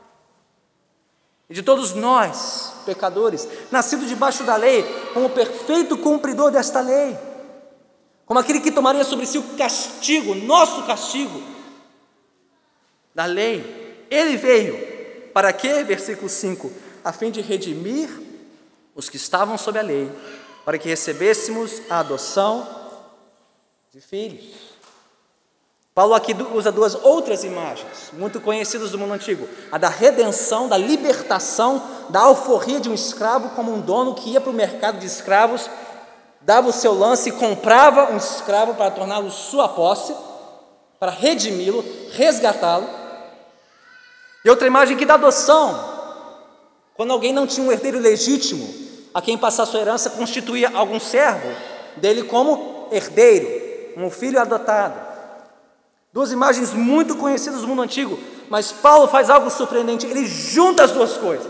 e de todos nós, pecadores, nascido debaixo da lei, como o perfeito cumpridor desta lei, como aquele que tomaria sobre si o castigo, nosso castigo, da lei. Ele veio para quê? Versículo cinco, a fim de redimir os que estavam sob a lei, para que recebêssemos a adoção de filhos. Paulo aqui usa duas outras imagens muito conhecidas do mundo antigo: a da redenção, da libertação, da alforria de um escravo, como um dono que ia para o mercado de escravos, dava o seu lance e comprava um escravo para torná-lo sua posse, para redimi-lo, resgatá-lo. E outra imagem que da adoção, quando alguém não tinha um herdeiro legítimo a quem passar sua herança, constituía algum servo dele como herdeiro, um filho adotado. Duas imagens muito conhecidas do mundo antigo, mas Paulo faz algo surpreendente: ele junta as duas coisas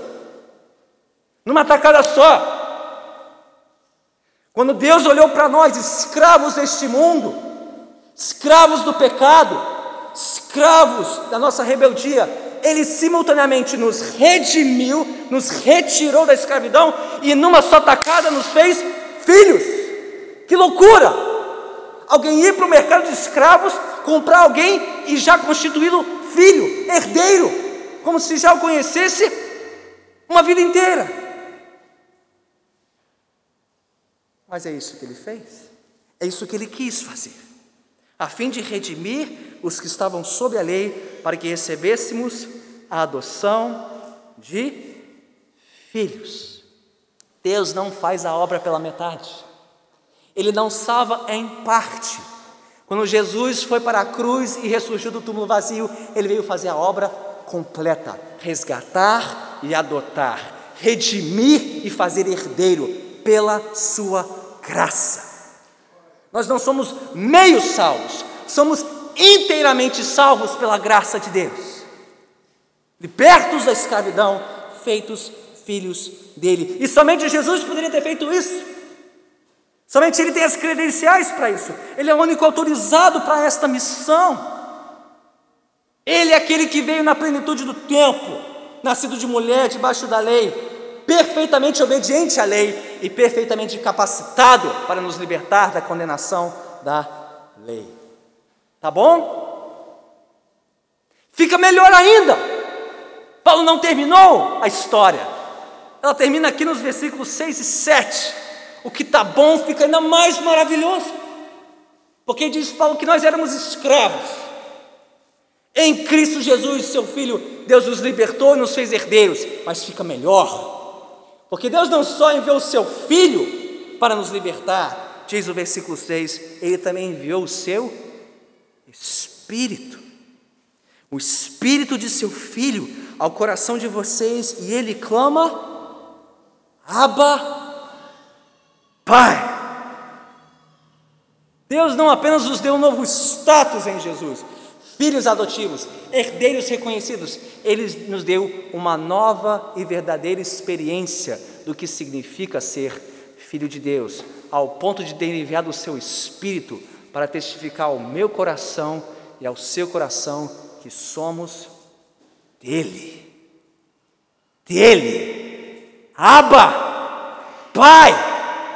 numa tacada só. Quando Deus olhou para nós, escravos deste mundo, escravos do pecado, escravos da nossa rebeldia, Ele simultaneamente nos redimiu, nos retirou da escravidão e numa só tacada nos fez filhos. Que loucura! Alguém ir para o mercado de escravos, comprar alguém e já constituí-lo filho, herdeiro, como se já o conhecesse uma vida inteira. Mas é isso que ele fez, é isso que ele quis fazer, a fim de redimir os que estavam sob a lei, para que recebêssemos a adoção de filhos. Deus não faz a obra pela metade, Ele não salva em parte. Quando Jesus foi para a cruz e ressurgiu do túmulo vazio, Ele veio fazer a obra completa, resgatar e adotar, redimir e fazer herdeiro pela sua graça. Nós não somos meio salvos, somos inteiramente salvos pela graça de Deus, libertos da escravidão, feitos filhos dele. E somente Jesus poderia ter feito isso. Somente ele tem as credenciais para isso. Ele é o único autorizado para esta missão. Ele é aquele que veio na plenitude do tempo, nascido de mulher, debaixo da lei, perfeitamente obediente à lei e perfeitamente capacitado para nos libertar da condenação da lei. Tá bom? Fica melhor ainda. Paulo não terminou a história. Ela termina aqui nos versículos seis e sete. O que está bom fica ainda mais maravilhoso. Porque diz Paulo que nós éramos escravos. Em Cristo Jesus, seu Filho, Deus nos libertou e nos fez herdeiros. Mas fica melhor. Porque Deus não só enviou o seu Filho para nos libertar, diz o versículo seis, Ele também enviou o seu Espírito. O Espírito de seu Filho ao coração de vocês, e Ele clama, Abba, Pai. Deus não apenas nos deu um novo status em Jesus, filhos adotivos, herdeiros reconhecidos, Ele nos deu uma nova e verdadeira experiência do que significa ser filho de Deus, ao ponto de ter enviado o seu Espírito para testificar ao meu coração e ao seu coração que somos dele, dele, Abba, Pai.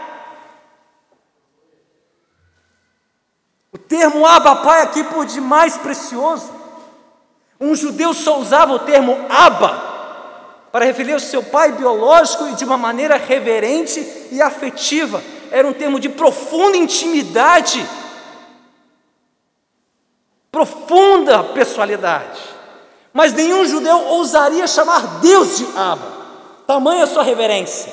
O termo Abba, Pai, aqui por demais precioso. Um judeu só usava o termo Abba para referir ao seu pai biológico e de uma maneira reverente e afetiva. Era um termo de profunda intimidade, profunda pessoalidade. Mas nenhum judeu ousaria chamar Deus de Abba, tamanha sua reverência.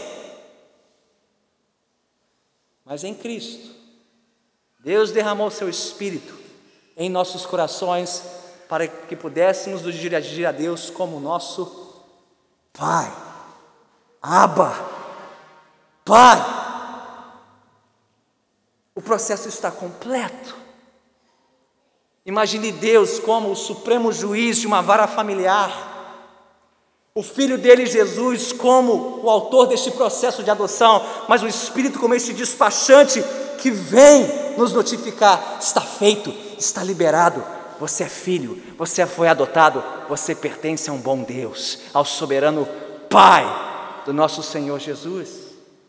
Mas em Cristo, Deus derramou seu Espírito em nossos corações para que pudéssemos nos dirigir a Deus como nosso Pai. Abba, Pai. O processo está completo. Imagine Deus como o supremo juiz de uma vara familiar, o Filho dele, Jesus, como o autor deste processo de adoção, mas o Espírito como este despachante que vem nos notificar: está feito, está liberado, você é filho, você foi adotado, você pertence a um bom Deus, ao soberano Pai do nosso Senhor Jesus.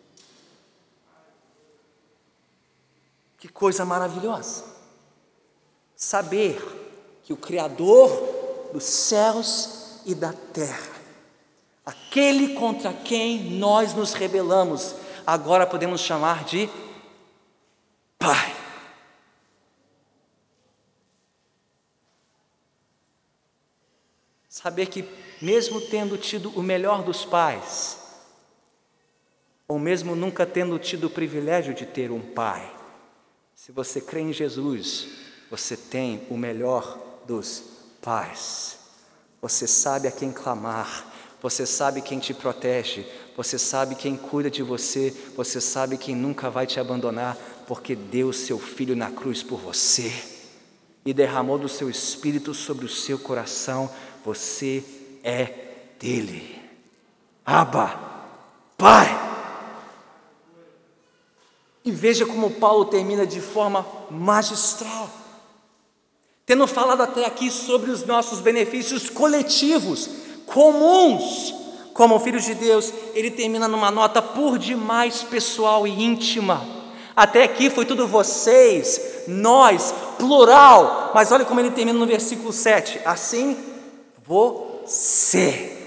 Que coisa maravilhosa saber que o Criador dos céus e da terra, aquele contra quem nós nos rebelamos, agora podemos chamar de Pai. Saber que mesmo tendo tido o melhor dos pais, ou mesmo nunca tendo tido o privilégio de ter um pai, se você crê em Jesus, você tem o melhor dos pais. Você sabe a quem clamar, você sabe quem te protege, você sabe quem cuida de você, você sabe quem nunca vai te abandonar, porque deu seu Filho na cruz por você e derramou do seu Espírito sobre o seu coração. Você é dele. Abba, Pai. E veja como Paulo termina de forma magistral, tendo falado até aqui sobre os nossos benefícios coletivos, comuns, como filhos de Deus. Ele termina numa nota por demais pessoal e íntima. Até aqui foi tudo vocês, nós, plural, mas olha como ele termina no versículo sete, assim, você,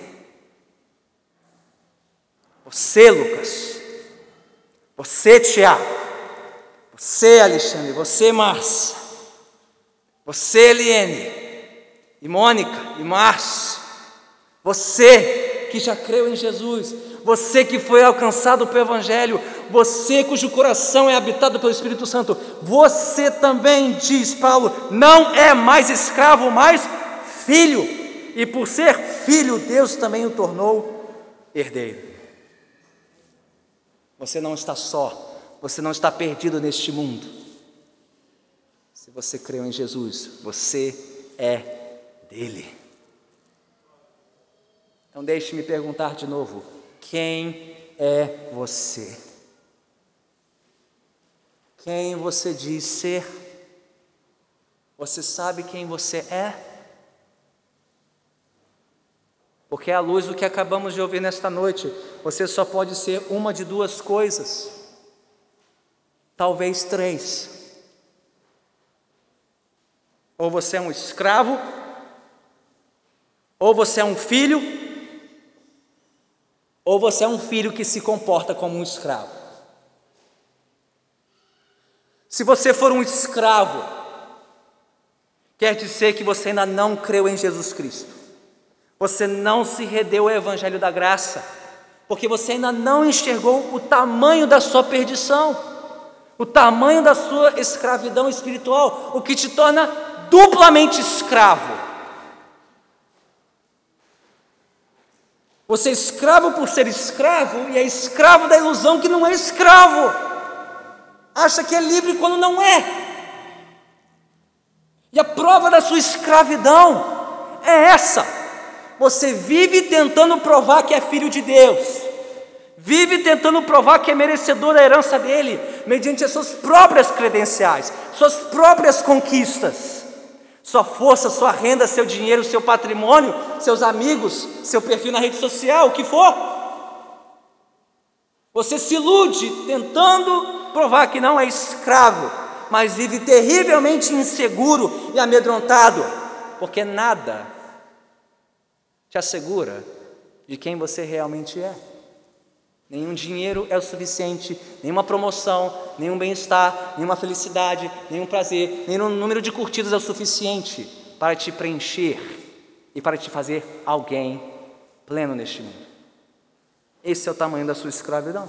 você Lucas, você Tiago, você Alexandre, você Márcia, você Eliene, e Mônica, e Márcio, você que já creu em Jesus, você que foi alcançado pelo Evangelho, você cujo coração é habitado pelo Espírito Santo, você também, diz Paulo, não é mais escravo, mas filho, e por ser filho, Deus também o tornou herdeiro. Você não está só, você não está perdido neste mundo. Se você creu em Jesus, você é dele. Então deixe-me perguntar de novo, Quem é você? Quem você diz ser? Você sabe quem você é? Porque à luz do que acabamos de ouvir nesta noite, você só pode ser uma de duas coisas, talvez três. Ou você é um escravo, ou você é um filho, ou você é um filho que se comporta como um escravo. Se você for um escravo, quer dizer que você ainda não creu em Jesus Cristo. Você não se rendeu ao Evangelho da Graça, porque você ainda não enxergou o tamanho da sua perdição, o tamanho da sua escravidão espiritual, o que te torna duplamente escravo. Você é escravo por ser escravo e é escravo da ilusão que não é escravo. Acha que é livre quando não é. E a prova da sua escravidão é essa: você vive tentando provar que é filho de Deus, vive tentando provar que é merecedor da herança dele, mediante as suas próprias credenciais, suas próprias conquistas, sua força, sua renda, seu dinheiro, seu patrimônio, seus amigos, seu perfil na rede social, o que for. Você se ilude tentando provar que não é escravo, mas vive terrivelmente inseguro e amedrontado, porque nada te assegura de quem você realmente é. Nenhum dinheiro é o suficiente, nenhuma promoção, nenhum bem-estar, nenhuma felicidade, nenhum prazer, nenhum número de curtidas é o suficiente para te preencher e para te fazer alguém pleno neste mundo. Esse é o tamanho da sua escravidão.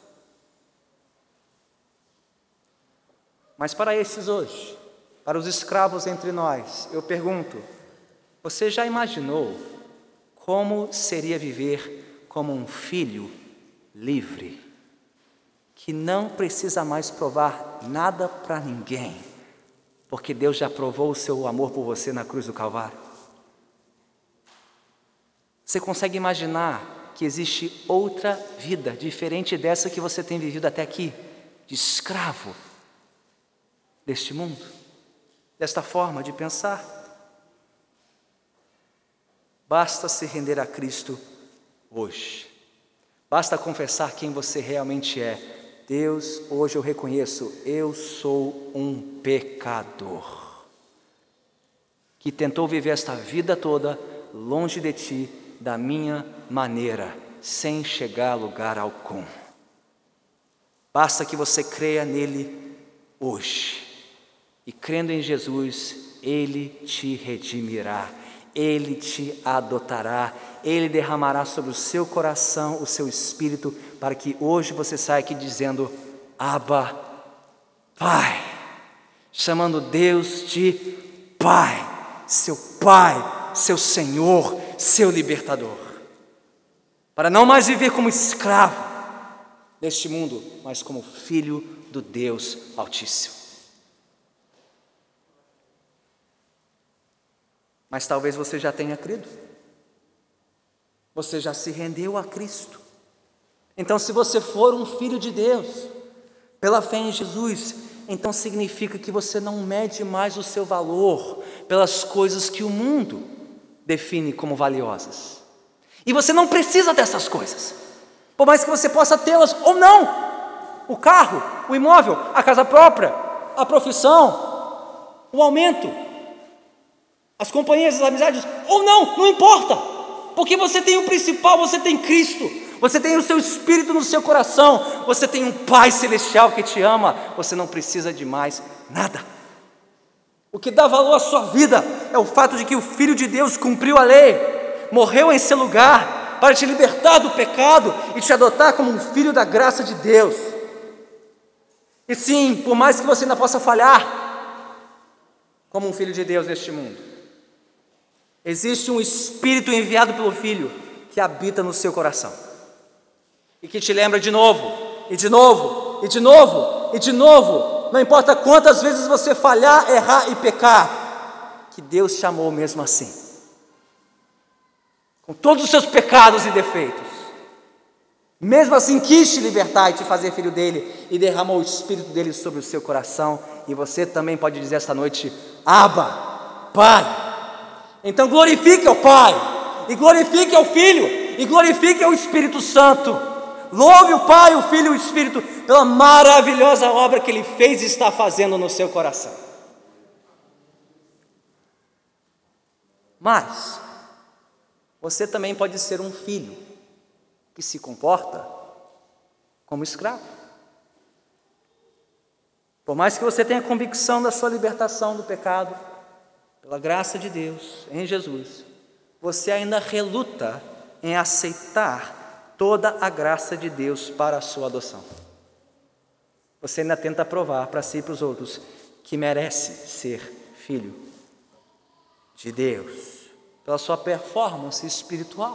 Mas para esses hoje, para os escravos entre nós, eu pergunto: você já imaginou como seria viver como um filho livre, que não precisa mais provar nada para ninguém, porque Deus já provou o seu amor por você na cruz do Calvário? Você consegue imaginar que existe outra vida diferente dessa que você tem vivido até aqui, de escravo deste mundo, desta forma de pensar? Basta se render a Cristo hoje. Basta confessar quem você realmente é. Deus, hoje eu reconheço, eu sou um pecador, que tentou viver esta vida toda longe de Ti, da minha maneira, sem chegar a lugar algum. Basta que você creia nele hoje. E crendo em Jesus, Ele te redimirá, Ele te adotará, Ele derramará sobre o seu coração o seu espírito, para que hoje você saia aqui dizendo: Abba, Pai, chamando Deus de Pai, seu Pai, seu Senhor, seu libertador, para não mais viver como escravo neste mundo, mas como filho do Deus Altíssimo. Mas talvez você já tenha crido, você já se rendeu a Cristo. Então, se você for um filho de Deus, pela fé em Jesus, então significa que você não mede mais o seu valor pelas coisas que o mundo define como valiosas. E você não precisa dessas coisas, por mais que você possa tê-las ou não. O carro, o imóvel, a casa própria, a profissão, o aumento, as companhias, as amizades, ou não, não importa, porque você tem o principal, você tem Cristo, você tem o seu Espírito no seu coração, você tem um Pai Celestial que te ama, você não precisa de mais nada. O que dá valor à sua vida é o fato de que o Filho de Deus cumpriu a lei, morreu em seu lugar, para te libertar do pecado e te adotar como um filho da graça de Deus. E sim, por mais que você ainda possa falhar como um filho de Deus neste mundo, existe um Espírito enviado pelo Filho que habita no seu coração e que te lembra de novo, e de novo, e de novo, e de novo, não importa quantas vezes você falhar, errar e pecar, que Deus te amou mesmo assim, com todos os seus pecados e defeitos, Mesmo assim quis te libertar e te fazer filho dele, e derramou o Espírito dele sobre o seu coração. E você também pode dizer esta noite: Abba, Pai. Então glorifique ao Pai, e glorifique ao Filho, e glorifique ao Espírito Santo. Louve o Pai, o Filho e o Espírito pela maravilhosa obra que Ele fez e está fazendo no seu coração. Mas você também pode ser um filho que se comporta como escravo. Por mais que você tenha convicção da sua libertação do pecado, pela graça de Deus em Jesus, você ainda reluta em aceitar toda a graça de Deus para a sua adoção. Você ainda tenta provar para si e para os outros que merece ser filho de Deus, pela sua performance espiritual,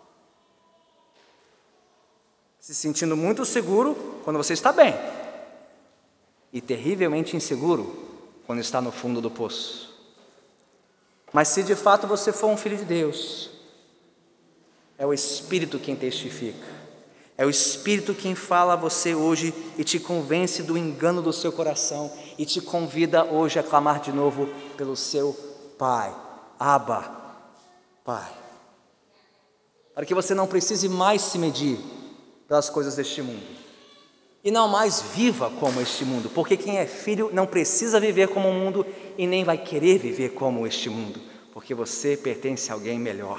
se sentindo muito seguro quando você está bem, e terrivelmente inseguro quando está no fundo do poço. Mas se de fato você for um filho de Deus, é o Espírito quem testifica, é o Espírito quem fala a você hoje e te convence do engano do seu coração e te convida hoje a clamar de novo pelo seu Pai, Abba, Pai, para que você não precise mais se medir pelas coisas deste mundo e não mais viva como este mundo, porque quem é filho não precisa viver como o mundo e nem vai querer viver como este mundo, porque você pertence a alguém melhor.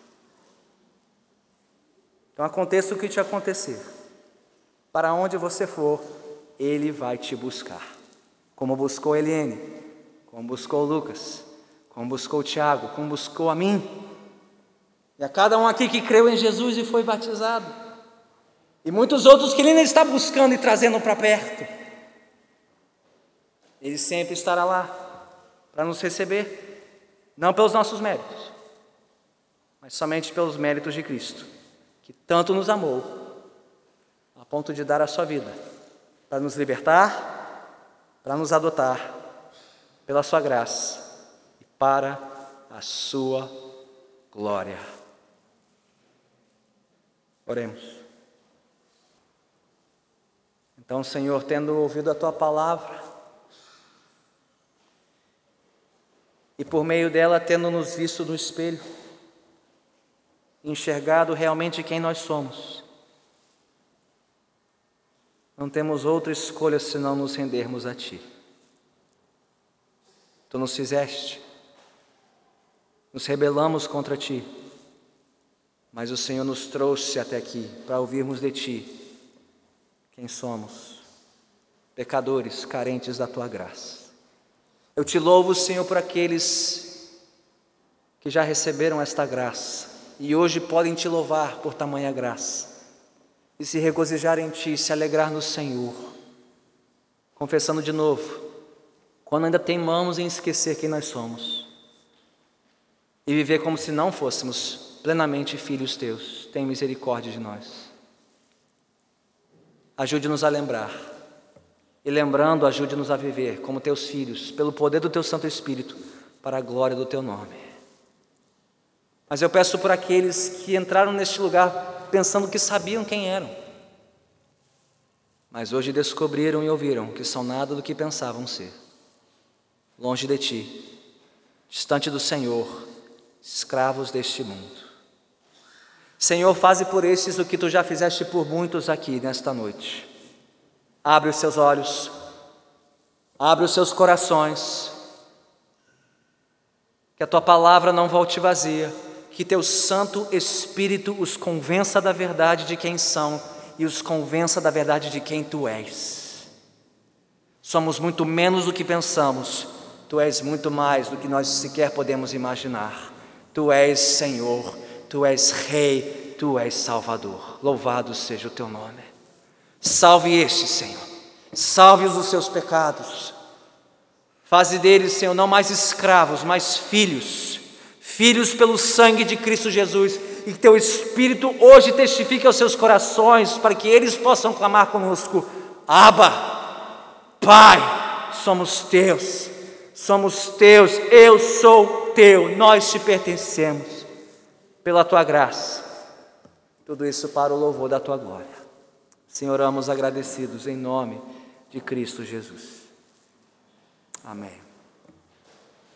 Então aconteça o que te acontecer, para onde você for, Ele vai te buscar, como buscou Eliane, como buscou Lucas, como buscou Tiago, como buscou a mim, e a cada um aqui que creu em Jesus e foi batizado, e muitos outros que Ele ainda está buscando e trazendo para perto. Ele sempre estará lá para nos receber, não pelos nossos méritos, mas somente pelos méritos de Cristo, que tanto nos amou, a ponto de dar a sua vida, para nos libertar, para nos adotar, pela sua graça e para a sua glória. Oremos. Então, Senhor, tendo ouvido a Tua palavra, e por meio dela tendo nos visto no espelho, enxergado realmente quem nós somos, não temos outra escolha senão nos rendermos a Ti. Tu nos fizeste, nos rebelamos contra Ti, mas o Senhor nos trouxe até aqui para ouvirmos de Ti quem somos, pecadores carentes da Tua graça. Eu Te louvo, Senhor, por aqueles que já receberam esta graça e hoje podem Te louvar por tamanha graça e se regozijar em Ti, se alegrar no Senhor, confessando de novo, quando ainda teimamos em esquecer quem nós somos e viver como se não fôssemos plenamente filhos Teus. Tem misericórdia de nós. Ajude-nos a lembrar, e lembrando, ajude-nos a viver como Teus filhos, pelo poder do Teu Santo Espírito, para a glória do Teu nome. Mas eu peço por aqueles que entraram neste lugar pensando que sabiam quem eram, mas hoje descobriram e ouviram que são nada do que pensavam ser, longe de Ti, distante do Senhor, escravos deste mundo. Senhor, faze por estes o que Tu já fizeste por muitos aqui nesta noite. Abre os seus olhos, abre os seus corações, que a Tua palavra não volte vazia, que Teu Santo Espírito os convença da verdade de quem são e os convença da verdade de quem Tu és. Somos muito menos do que pensamos, Tu és muito mais do que nós sequer podemos imaginar. Tu és Senhor, Tu és Rei, Tu és Salvador. Louvado seja o Teu nome. Salve estes, Senhor. Salve-os dos seus pecados. Faze deles, Senhor, não mais escravos, mas filhos. Filhos pelo sangue de Cristo Jesus. E que Teu Espírito hoje testifique aos seus corações, para que eles possam clamar conosco: Abba, Pai, somos Teus. Somos Teus, eu sou Teu, nós Te pertencemos. Pela Tua graça, Tudo isso para o louvor da tua glória. Senhor, oramos agradecidos em nome de Cristo Jesus. Amém.